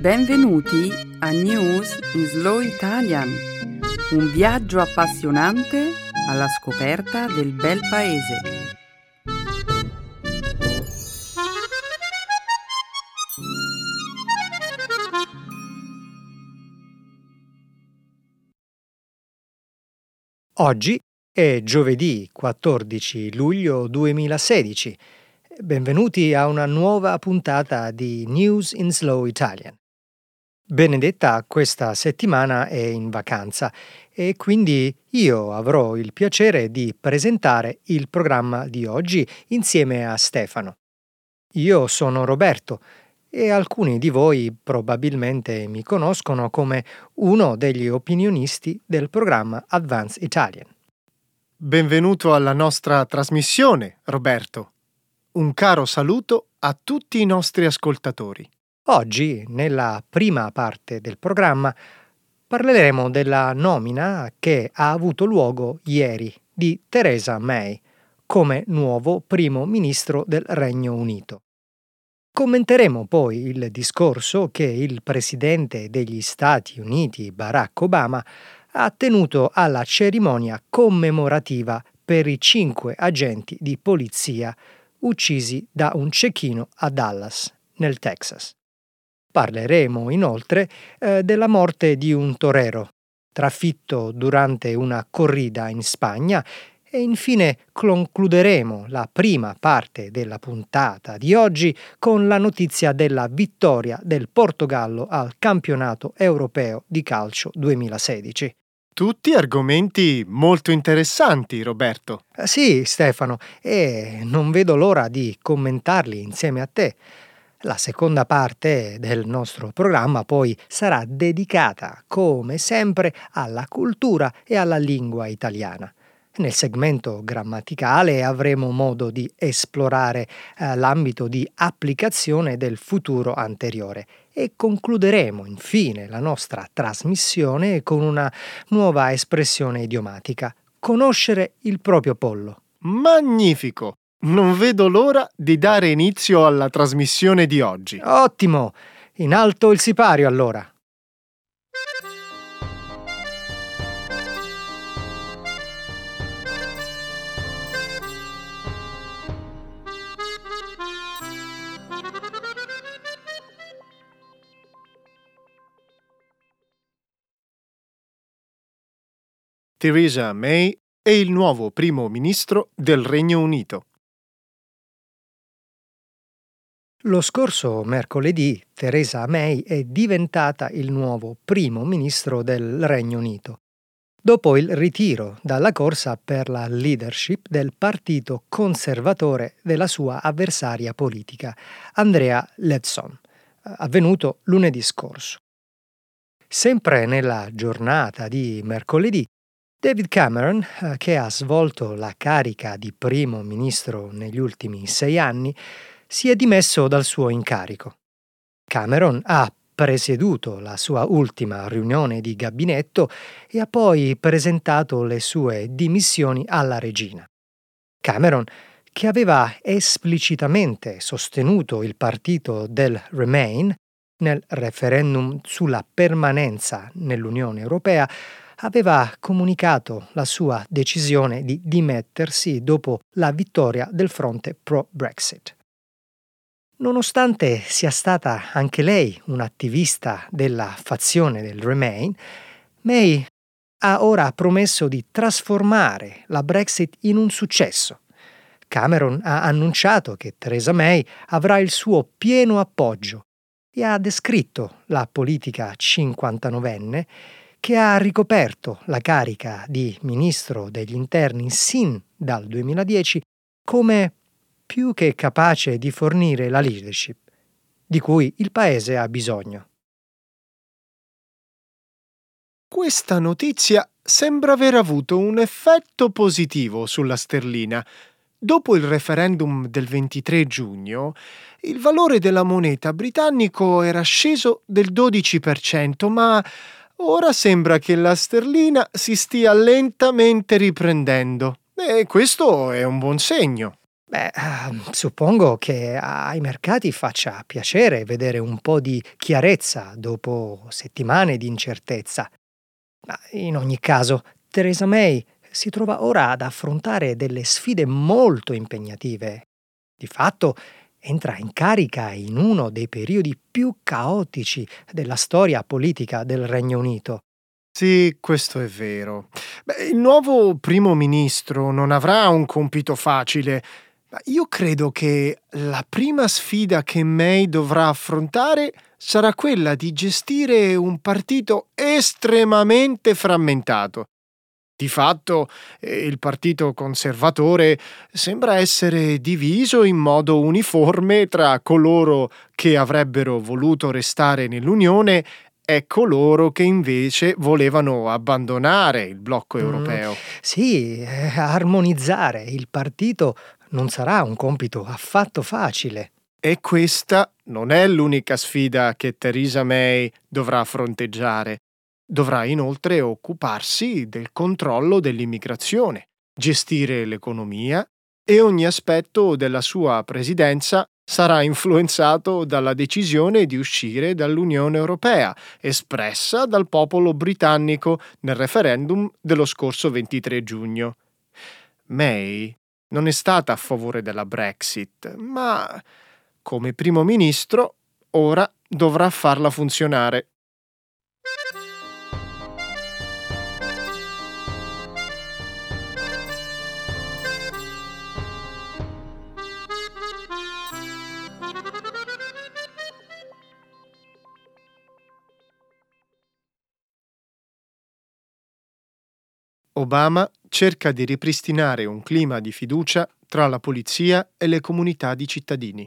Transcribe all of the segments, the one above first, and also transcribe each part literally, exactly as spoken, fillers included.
Benvenuti a News in Slow Italian, un viaggio appassionante alla scoperta del bel paese. Oggi è giovedì quattordici luglio duemilasedici. Benvenuti a una nuova puntata di News in Slow Italian. Benedetta questa settimana è in vacanza e quindi io avrò il piacere di presentare il programma di oggi insieme a Stefano. Io sono Roberto e alcuni di voi probabilmente mi conoscono come uno degli opinionisti del programma Advanced Italian. Benvenuto alla nostra trasmissione, Roberto. Un caro saluto a tutti i nostri ascoltatori. Oggi, nella prima parte del programma, parleremo della nomina che ha avuto luogo ieri di Theresa May come nuovo primo ministro del Regno Unito. Commenteremo poi il discorso che il presidente degli Stati Uniti, Barack Obama, ha tenuto alla cerimonia commemorativa per i cinque agenti di polizia uccisi da un cecchino a Dallas, nel Texas. Parleremo inoltre eh, della morte di un torero, trafitto durante una corrida in Spagna, e infine concluderemo la prima parte della puntata di oggi con la notizia della vittoria del Portogallo al campionato europeo di calcio duemilasedici. Tutti argomenti molto interessanti, Roberto. Eh, sì, Stefano, e non vedo l'ora di commentarli insieme a te. La seconda parte del nostro programma poi sarà dedicata, come sempre, alla cultura e alla lingua italiana. Nel segmento grammaticale avremo modo di esplorare eh, l'ambito di applicazione del futuro anteriore e concluderemo infine la nostra trasmissione con una nuova espressione idiomatica: conoscere il proprio pollo. Magnifico! Non vedo l'ora di dare inizio alla trasmissione di oggi. Ottimo! In alto il sipario allora! Theresa May è il nuovo primo ministro del Regno Unito. Lo scorso mercoledì Theresa May è diventata il nuovo primo ministro del Regno Unito, dopo il ritiro dalla corsa per la leadership del partito conservatore della sua avversaria politica, Andrea Leadsom, avvenuto lunedì scorso. Sempre nella giornata di mercoledì, David Cameron, che ha svolto la carica di primo ministro negli ultimi sei anni, si è dimesso dal suo incarico. Cameron ha presieduto la sua ultima riunione di gabinetto e ha poi presentato le sue dimissioni alla regina. Cameron, che aveva esplicitamente sostenuto il partito del Remain nel referendum sulla permanenza nell'Unione Europea, aveva comunicato la sua decisione di dimettersi dopo la vittoria del fronte pro-Brexit. Nonostante sia stata anche lei un'attivista della fazione del Remain, May ha ora promesso di trasformare la Brexit in un successo. Cameron ha annunciato che Theresa May avrà il suo pieno appoggio e ha descritto la politica cinquantanovenne, che ha ricoperto la carica di ministro degli interni sin dal duemiladieci, come più che capace di fornire la leadership di cui il paese ha bisogno. Questa notizia sembra aver avuto un effetto positivo sulla sterlina. Dopo il referendum del ventitré giugno, il valore della moneta britannico era sceso del dodici per cento, ma ora sembra che la sterlina si stia lentamente riprendendo. E questo è un buon segno. Beh, ehm, suppongo che ai mercati faccia piacere vedere un po' di chiarezza dopo settimane di incertezza. Ma in ogni caso, Theresa May si trova ora ad affrontare delle sfide molto impegnative. Di fatto, entra in carica in uno dei periodi più caotici della storia politica del Regno Unito. Sì, questo è vero. Beh, il nuovo primo ministro non avrà un compito facile, ma io credo che la prima sfida che May dovrà affrontare sarà quella di gestire un partito estremamente frammentato. Di fatto, eh, il partito conservatore sembra essere diviso in modo uniforme tra coloro che avrebbero voluto restare nell'Unione e coloro che invece volevano abbandonare il blocco Mm, europeo. sì, eh, armonizzare il partito non sarà un compito affatto facile. E questa non è l'unica sfida che Theresa May dovrà fronteggiare. Dovrà inoltre occuparsi del controllo dell'immigrazione, gestire l'economia e ogni aspetto della sua presidenza sarà influenzato dalla decisione di uscire dall'Unione Europea, espressa dal popolo britannico nel referendum dello scorso ventitré giugno. May non è stata a favore della Brexit, ma come primo ministro ora dovrà farla funzionare. Obama cerca di ripristinare un clima di fiducia tra la polizia e le comunità di cittadini.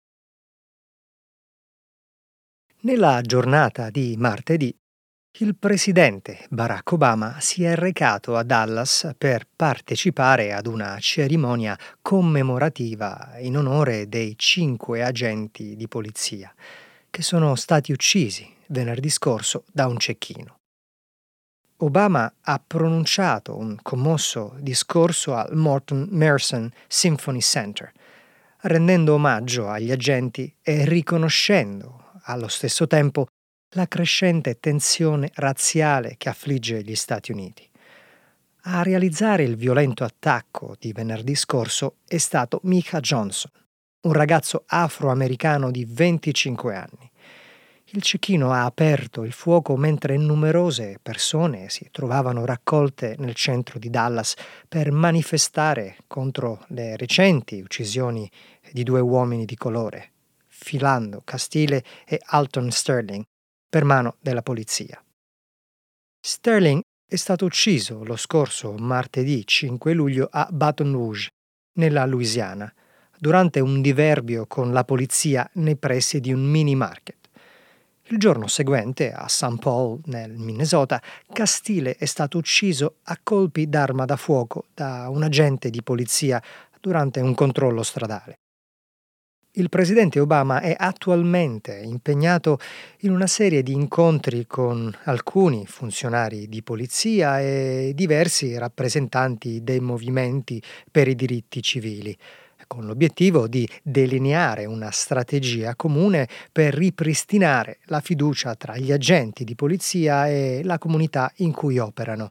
Nella giornata di martedì, il presidente Barack Obama si è recato a Dallas per partecipare ad una cerimonia commemorativa in onore dei cinque agenti di polizia che sono stati uccisi venerdì scorso da un cecchino. Obama ha pronunciato un commosso discorso al Morton Merson Symphony Center, rendendo omaggio agli agenti e riconoscendo allo stesso tempo la crescente tensione razziale che affligge gli Stati Uniti. A realizzare il violento attacco di venerdì scorso è stato Micah Johnson, un ragazzo afroamericano di venticinque anni. Il cecchino ha aperto il fuoco mentre numerose persone si trovavano raccolte nel centro di Dallas per manifestare contro le recenti uccisioni di due uomini di colore, Philando Castile e Alton Sterling, per mano della polizia. Sterling è stato ucciso lo scorso martedì cinque luglio a Baton Rouge, nella Louisiana, durante un diverbio con la polizia nei pressi di un mini market. Il giorno seguente, a Saint Paul, nel Minnesota, Castile è stato ucciso a colpi d'arma da fuoco da un agente di polizia durante un controllo stradale. Il presidente Obama è attualmente impegnato in una serie di incontri con alcuni funzionari di polizia e diversi rappresentanti dei movimenti per i diritti civili, con l'obiettivo di delineare una strategia comune per ripristinare la fiducia tra gli agenti di polizia e la comunità in cui operano.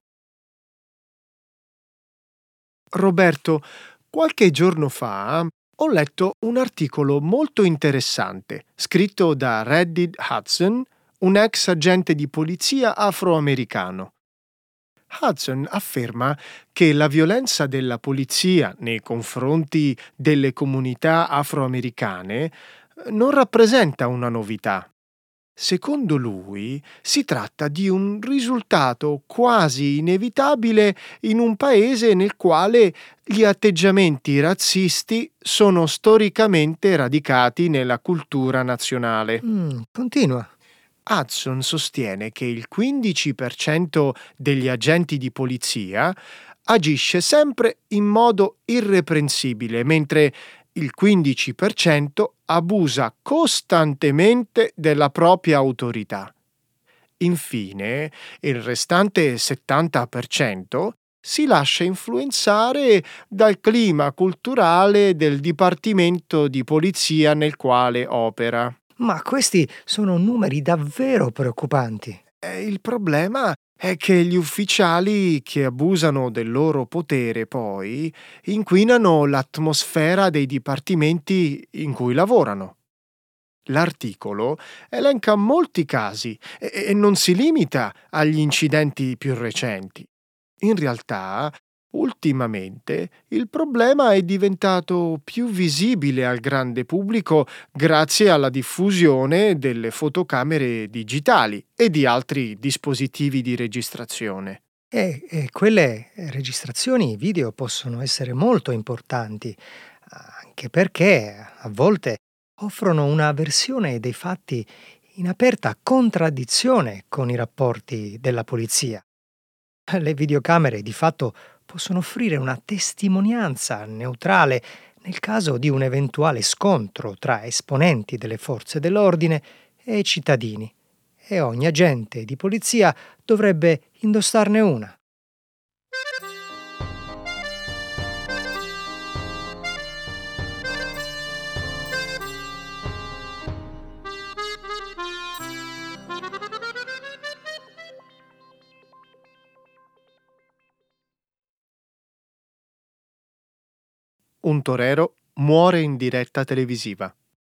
Roberto, qualche giorno fa ho letto un articolo molto interessante scritto da Reddit Hudson, un ex agente di polizia afroamericano. Hudson afferma che la violenza della polizia nei confronti delle comunità afroamericane non rappresenta una novità. Secondo lui, si tratta di un risultato quasi inevitabile in un paese nel quale gli atteggiamenti razzisti sono storicamente radicati nella cultura nazionale. Mm, continua. Hudson sostiene che il quindici per cento degli agenti di polizia agisce sempre in modo irreprensibile, mentre il quindici per cento abusa costantemente della propria autorità. Infine, il restante settanta per cento si lascia influenzare dal clima culturale del dipartimento di polizia nel quale opera. Ma questi sono numeri davvero preoccupanti. E il problema è che gli ufficiali che abusano del loro potere poi inquinano l'atmosfera dei dipartimenti in cui lavorano. L'articolo elenca molti casi e, e non si limita agli incidenti più recenti. In realtà, ultimamente, il problema è diventato più visibile al grande pubblico grazie alla diffusione delle fotocamere digitali e di altri dispositivi di registrazione. E, e quelle registrazioni video possono essere molto importanti, anche perché a volte offrono una versione dei fatti in aperta contraddizione con i rapporti della polizia. Le videocamere di fatto possono offrire una testimonianza neutrale nel caso di un eventuale scontro tra esponenti delle forze dell'ordine e cittadini, e ogni agente di polizia dovrebbe indossarne una. Un torero muore in diretta televisiva.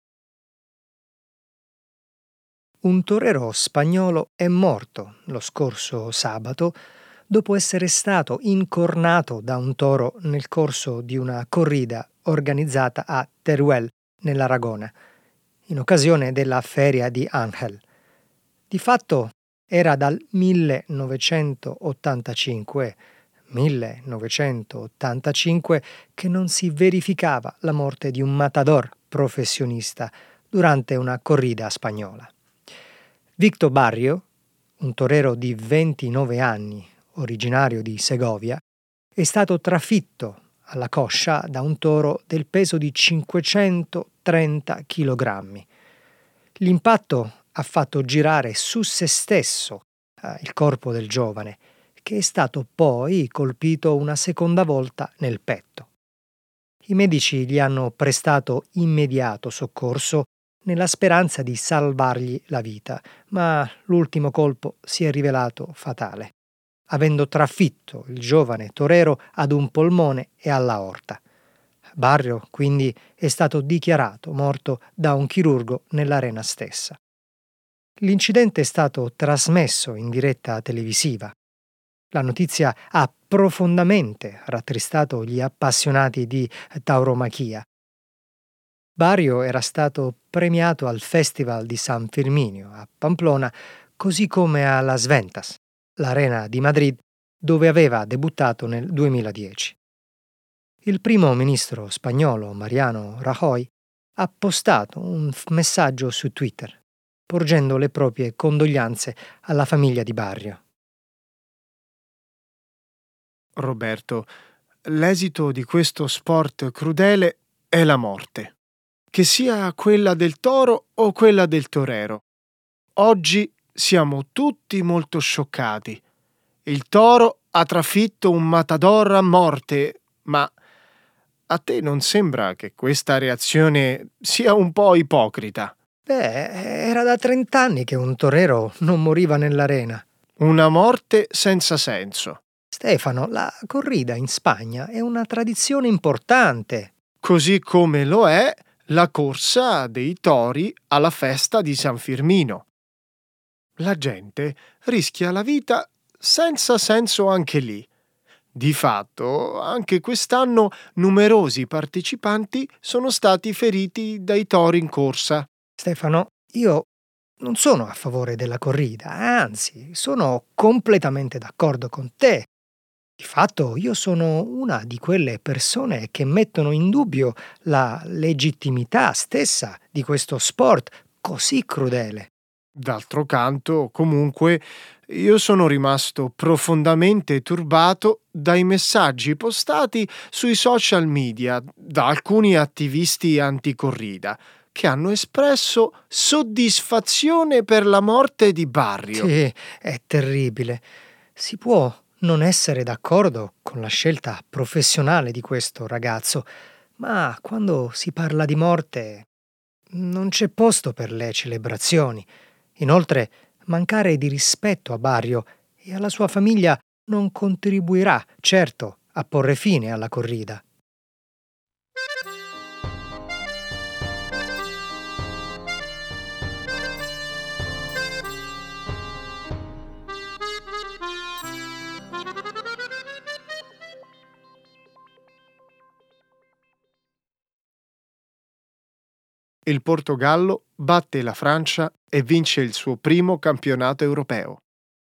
Un torero spagnolo è morto lo scorso sabato dopo essere stato incornato da un toro nel corso di una corrida organizzata a Teruel, nell'Aragona, in occasione della feria di Ángel. Di fatto era dal millenovecentottantacinque millenovecentottantacinque che non si verificava la morte di un matador professionista durante una corrida spagnola. Víctor Barrio, un torero di ventinove anni, originario di Segovia, è stato trafitto alla coscia da un toro del peso di cinquecentotrenta chilogrammi. L'impatto ha fatto girare su se stesso eh, il corpo del giovane, che è stato poi colpito una seconda volta nel petto. I medici gli hanno prestato immediato soccorso nella speranza di salvargli la vita, ma l'ultimo colpo si è rivelato fatale, avendo trafitto il giovane torero ad un polmone e all'aorta. Barrio, quindi, è stato dichiarato morto da un chirurgo nell'arena stessa. L'incidente è stato trasmesso in diretta televisiva. La notizia ha profondamente rattristato gli appassionati di tauromaquia. Barrio era stato premiato al Festival di San Firminio a Pamplona, così come a Las Ventas, l'arena di Madrid, dove aveva debuttato nel duemiladieci. Il primo ministro spagnolo Mariano Rajoy ha postato un messaggio su Twitter, porgendo le proprie condoglianze alla famiglia di Barrio. Roberto, l'esito di questo sport crudele è la morte, che sia quella del toro o quella del torero. Oggi siamo tutti molto scioccati. Il toro ha trafitto un matador a morte, ma a te non sembra che questa reazione sia un po' ipocrita? Beh, era da trent'anni che un torero non moriva nell'arena. Una morte senza senso. Stefano, la corrida in Spagna è una tradizione importante. Così come lo è la corsa dei tori alla festa di San Firmino. La gente rischia la vita senza senso anche lì. Di fatto, anche quest'anno numerosi partecipanti sono stati feriti dai tori in corsa. Stefano, io non sono a favore della corrida, anzi, sono completamente d'accordo con te. Di fatto, io sono una di quelle persone che mettono in dubbio la legittimità stessa di questo sport così crudele. D'altro canto, comunque, io sono rimasto profondamente turbato dai messaggi postati sui social media da alcuni attivisti anticorrida che hanno espresso soddisfazione per la morte di Barrio. Sì, è terribile. Si può non essere d'accordo con la scelta professionale di questo ragazzo, ma quando si parla di morte non c'è posto per le celebrazioni. Inoltre, mancare di rispetto a Barrio e alla sua famiglia non contribuirà, certo, a porre fine alla corrida. Il Portogallo batte la Francia e vince il suo primo campionato europeo.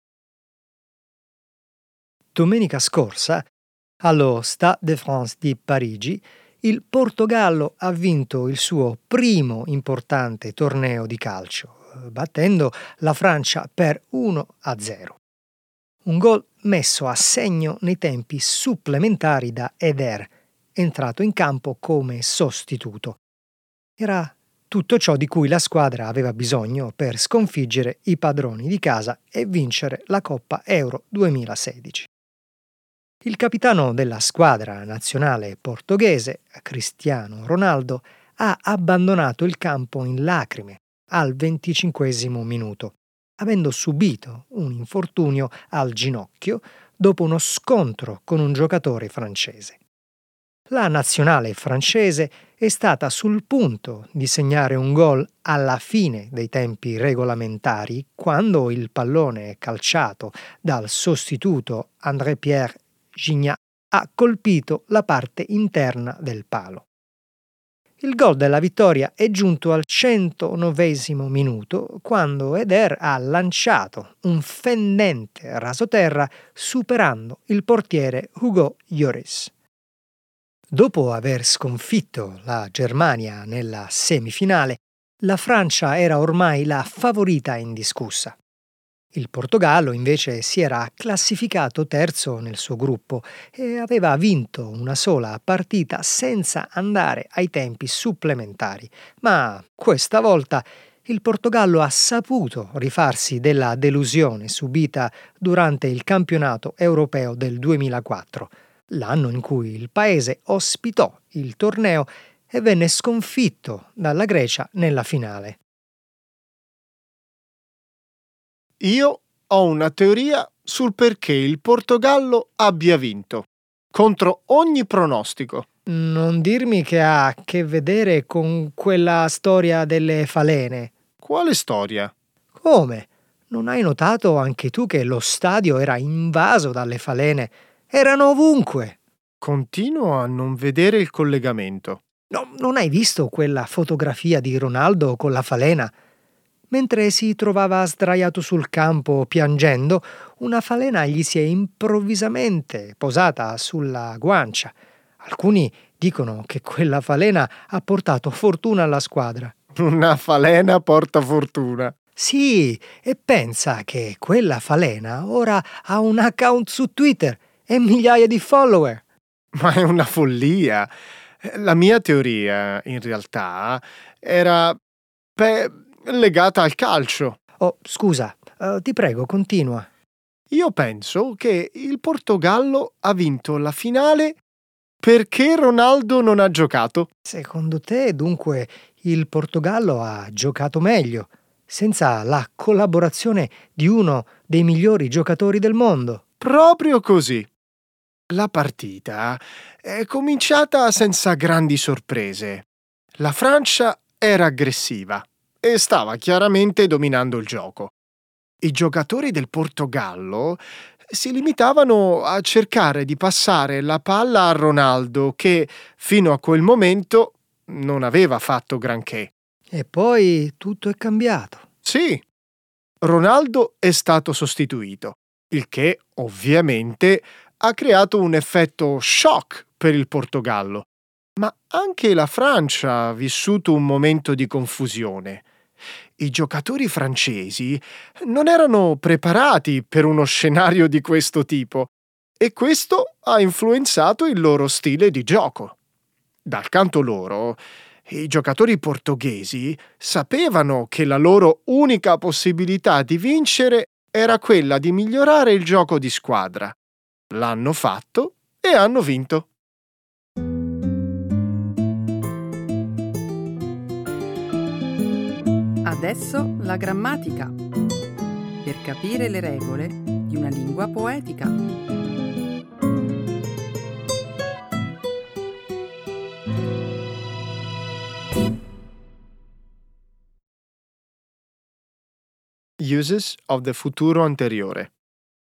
Domenica scorsa, allo Stade de France di Parigi, il Portogallo ha vinto il suo primo importante torneo di calcio, battendo la Francia per uno a zero. Un gol messo a segno nei tempi supplementari da Eder, entrato in campo come sostituto. Era tutto ciò di cui la squadra aveva bisogno per sconfiggere i padroni di casa e vincere la Coppa Euro duemilasedici. Il capitano della squadra nazionale portoghese, Cristiano Ronaldo, ha abbandonato il campo in lacrime al venticinquesimo minuto, avendo subito un infortunio al ginocchio dopo uno scontro con un giocatore francese. La nazionale francese è stata sul punto di segnare un gol alla fine dei tempi regolamentari quando il pallone calciato dal sostituto André-Pierre Gignac ha colpito la parte interna del palo. Il gol della vittoria è giunto al centonovesimo minuto quando Eder ha lanciato un fendente rasoterra superando il portiere Hugo Lloris. Dopo aver sconfitto la Germania nella semifinale, la Francia era ormai la favorita indiscussa. Il Portogallo invece si era classificato terzo nel suo gruppo e aveva vinto una sola partita senza andare ai tempi supplementari, ma questa volta il Portogallo ha saputo rifarsi della delusione subita durante il campionato europeo del duemilaquattro, l'anno in cui il paese ospitò il torneo e venne sconfitto dalla Grecia nella finale. Io ho una teoria sul perché il Portogallo abbia vinto, contro ogni pronostico. Non dirmi che ha a che vedere con quella storia delle falene. Quale storia? Come? Non hai notato anche tu che lo stadio era invaso dalle falene? Erano ovunque. Continuo a non vedere il collegamento. No, non hai visto quella fotografia di Ronaldo con la falena? Mentre si trovava sdraiato sul campo piangendo, una falena gli si è improvvisamente posata sulla guancia. Alcuni dicono che quella falena ha portato fortuna alla squadra. Una falena porta fortuna. Sì, e pensa che quella falena ora ha un account su Twitter e migliaia di follower. Ma è una follia. La mia teoria, in realtà, era beh, legata al calcio. Oh, scusa, uh, ti prego, continua. Io penso che il Portogallo ha vinto la finale perché Ronaldo non ha giocato. Secondo te, dunque, il Portogallo ha giocato meglio, senza la collaborazione di uno dei migliori giocatori del mondo? Proprio così. La partita è cominciata senza grandi sorprese. La Francia era aggressiva e stava chiaramente dominando il gioco. I giocatori del Portogallo si limitavano a cercare di passare la palla a Ronaldo, che fino a quel momento non aveva fatto granché. E poi tutto è cambiato. Sì, Ronaldo è stato sostituito, il che ovviamente ha creato un effetto shock per il Portogallo. Ma anche la Francia ha vissuto un momento di confusione. I giocatori francesi non erano preparati per uno scenario di questo tipo e questo ha influenzato il loro stile di gioco. Dal canto loro, i giocatori portoghesi sapevano che la loro unica possibilità di vincere era quella di migliorare il gioco di squadra. L'hanno fatto e hanno vinto. Adesso la grammatica, per capire le regole di una lingua poetica. Uses of the futuro anteriore.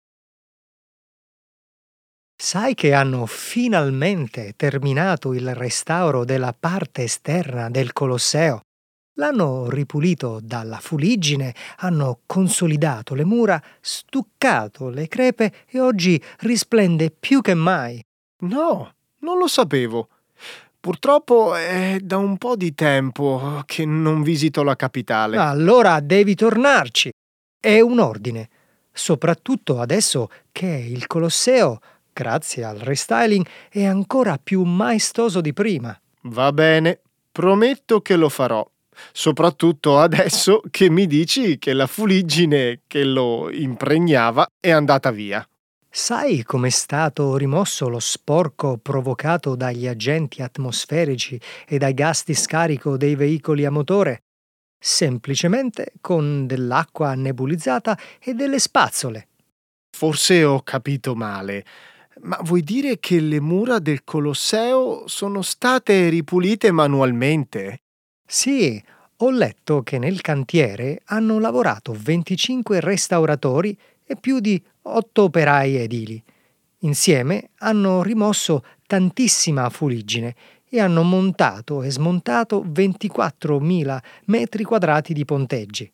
Sai che hanno finalmente terminato il restauro della parte esterna del Colosseo? L'hanno ripulito dalla fuliggine, hanno consolidato le mura, stuccato le crepe e oggi risplende più che mai. No, non lo sapevo. Purtroppo è da un po' di tempo che non visito la capitale. Allora devi tornarci. È un ordine, soprattutto adesso che il Colosseo, grazie al restyling, è ancora più maestoso di prima. Va bene, prometto che lo farò. Soprattutto adesso che mi dici che la fuliggine che lo impregnava è andata via. Sai com'è stato rimosso lo sporco provocato dagli agenti atmosferici e dai gas di scarico dei veicoli a motore? Semplicemente con dell'acqua nebulizzata e delle spazzole. Forse ho capito male, ma vuoi dire che le mura del Colosseo sono state ripulite manualmente? Sì, ho letto che nel cantiere hanno lavorato venticinque restauratori e più di otto operai edili. Insieme hanno rimosso tantissima fuliggine e hanno montato e smontato ventiquattromila metri quadrati di ponteggi.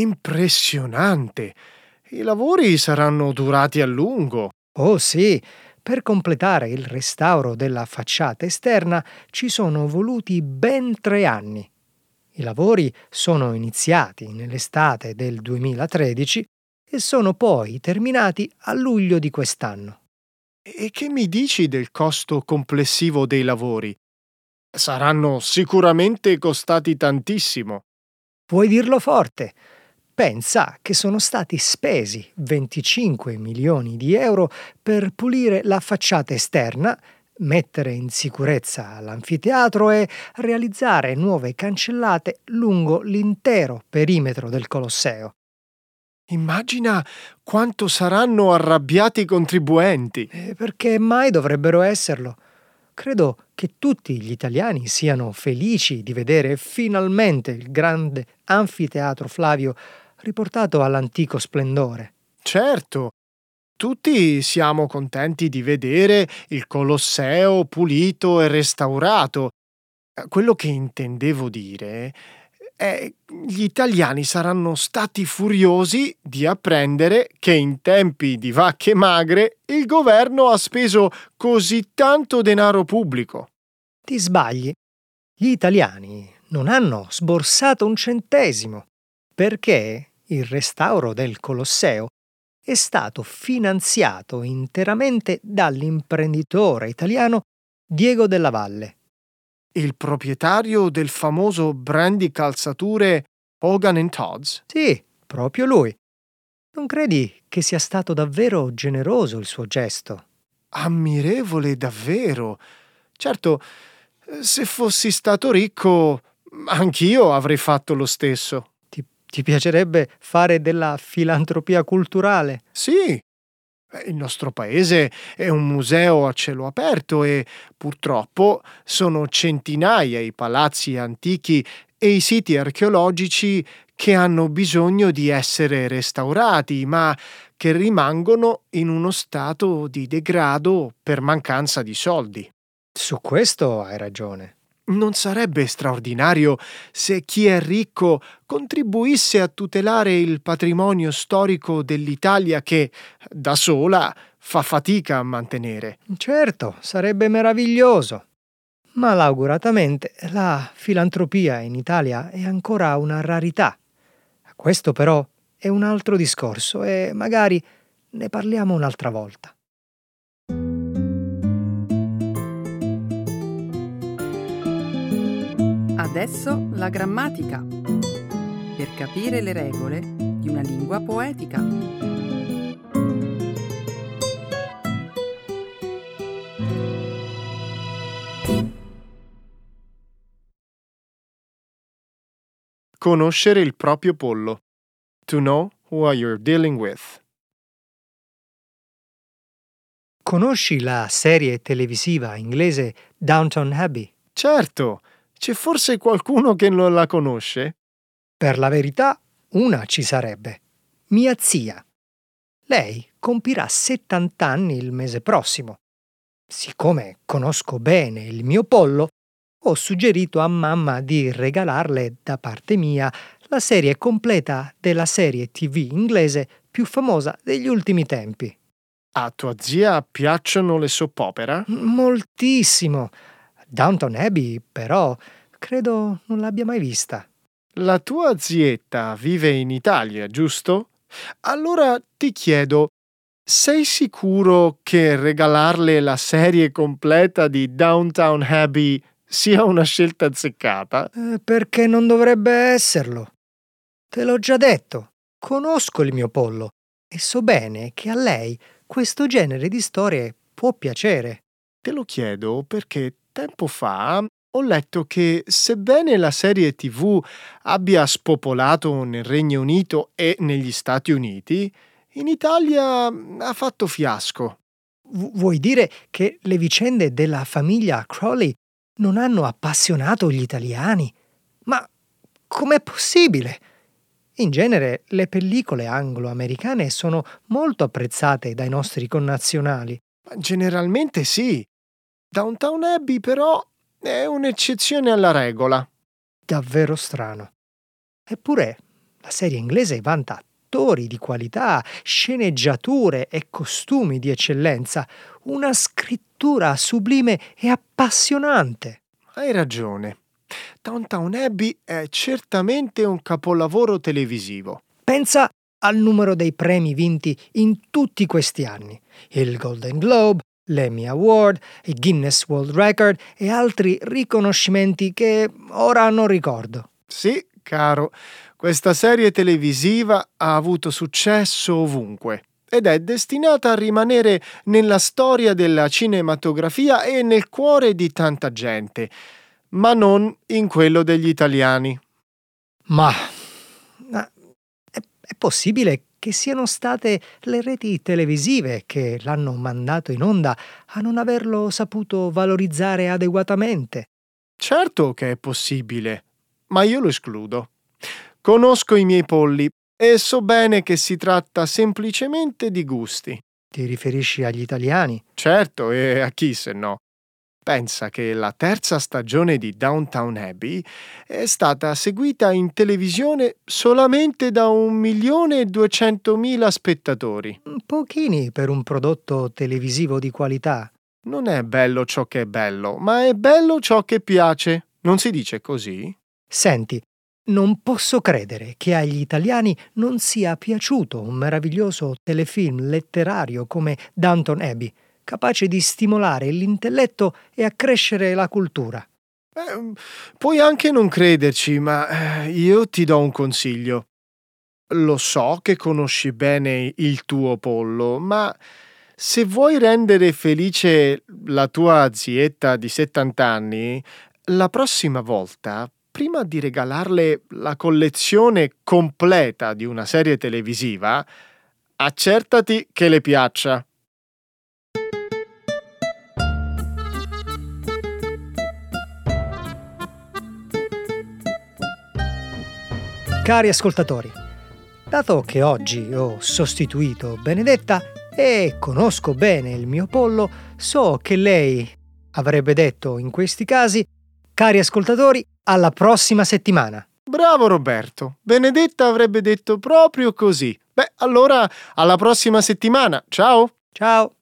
Impressionante! I lavori saranno durati a lungo. Oh sì, per completare il restauro della facciata esterna ci sono voluti ben tre anni. I lavori sono iniziati nell'estate del duemilatredici e sono poi terminati a luglio di quest'anno. E che mi dici del costo complessivo dei lavori? Saranno sicuramente costati tantissimo. Puoi dirlo forte. Pensa che sono stati spesi venticinque milioni di euro per pulire la facciata esterna, mettere in sicurezza l'anfiteatro e realizzare nuove cancellate lungo l'intero perimetro del Colosseo. Immagina quanto saranno arrabbiati i contribuenti. Eh, perché mai dovrebbero esserlo? Credo che tutti gli italiani siano felici di vedere finalmente il grande anfiteatro Flavio riportato all'antico splendore. Certo, tutti siamo contenti di vedere il Colosseo pulito e restaurato. Quello che intendevo dire è che gli italiani saranno stati furiosi di apprendere che in tempi di vacche magre il governo ha speso così tanto denaro pubblico. Ti sbagli. Gli italiani non hanno sborsato un centesimo, perché il restauro del Colosseo è stato finanziato interamente dall'imprenditore italiano Diego Della Valle. Il proprietario del famoso brand di calzature Hogan and Tod's? Sì, proprio lui. Non credi che sia stato davvero generoso il suo gesto? Ammirevole davvero. Certo, se fossi stato ricco, anch'io avrei fatto lo stesso. Ti, ti piacerebbe fare della filantropia culturale? Sì. Il nostro paese è un museo a cielo aperto e purtroppo sono centinaia i palazzi antichi e i siti archeologici che hanno bisogno di essere restaurati, ma che rimangono in uno stato di degrado per mancanza di soldi. Su questo hai ragione. Non sarebbe straordinario se chi è ricco contribuisse a tutelare il patrimonio storico dell'Italia che, da sola, fa fatica a mantenere? Certo, sarebbe meraviglioso. Malauguratamente la filantropia in Italia è ancora una rarità. Questo però è un altro discorso e magari ne parliamo un'altra volta. Adesso la grammatica, per capire le regole di una lingua poetica. conoscere il proprio pollo. To know who you're dealing with. Conosci la serie televisiva inglese Downton Abbey? Certo, c'è forse qualcuno che non la conosce? Per la verità, una ci sarebbe. Mia zia. Lei compirà settanta anni il mese prossimo. Siccome conosco bene il mio pollo, ho suggerito a mamma di regalarle da parte mia la serie completa della serie tivù inglese più famosa degli ultimi tempi. A tua zia piacciono le soap opera? Moltissimo. Downton Abbey, però, credo non l'abbia mai vista. La tua zietta vive in Italia, giusto? Allora ti chiedo, sei sicuro che regalarle la serie completa di Downton Abbey sia una scelta azzeccata? Eh, perché non dovrebbe esserlo? Te l'ho già detto. Conosco il mio pollo e so bene che a lei questo genere di storie può piacere. Te lo chiedo perché tempo fa ho letto che, sebbene la serie tivù abbia spopolato nel Regno Unito e negli Stati Uniti, in Italia ha fatto fiasco. Vu- vuoi dire che le vicende della famiglia Crawley non hanno appassionato gli italiani? Ma com'è possibile? In genere le pellicole anglo-americane sono molto apprezzate dai nostri connazionali. Generalmente sì. Downton Abbey però è un'eccezione alla regola. Davvero strano. Eppure la serie inglese vanta attori di qualità, sceneggiature e costumi di eccellenza, una scrittura sublime e appassionante. Hai ragione. Downton Abbey è certamente un capolavoro televisivo. Pensa al numero dei premi vinti in tutti questi anni. Il Golden Globe, l'Emmy Award, il Guinness World Record e altri riconoscimenti che ora non ricordo. Sì, caro, questa serie televisiva ha avuto successo ovunque ed è destinata a rimanere nella storia della cinematografia e nel cuore di tanta gente, ma non in quello degli italiani. Ma, ma è, è possibile che siano state le reti televisive che l'hanno mandato in onda a non averlo saputo valorizzare adeguatamente? Certo che è possibile, ma io lo escludo. Conosco i miei polli e so bene che si tratta semplicemente di gusti. Ti riferisci agli italiani? Certo, e a chi se no. Pensa che la terza stagione di Downton Abbey è stata seguita in televisione solamente da un milione e duecentomila spettatori. Pochini per un prodotto televisivo di qualità. Non è bello ciò che è bello, ma è bello ciò che piace. Non si dice così? Senti, non posso credere che agli italiani non sia piaciuto un meraviglioso telefilm letterario come Downton Abbey, capace di stimolare l'intelletto e accrescere la cultura. Eh, puoi anche non crederci, ma eh, io ti do un consiglio. Lo so che conosci bene il tuo pollo, ma se vuoi rendere felice la tua zietta di settanta anni, la prossima volta, prima di regalarle la collezione completa di una serie televisiva, accertati che le piaccia. Cari ascoltatori, dato che oggi ho sostituito Benedetta e conosco bene il mio pollo, so che lei avrebbe detto in questi casi: cari ascoltatori, alla prossima settimana. Bravo Roberto, Benedetta avrebbe detto proprio così. Beh, allora alla prossima settimana. Ciao! Ciao!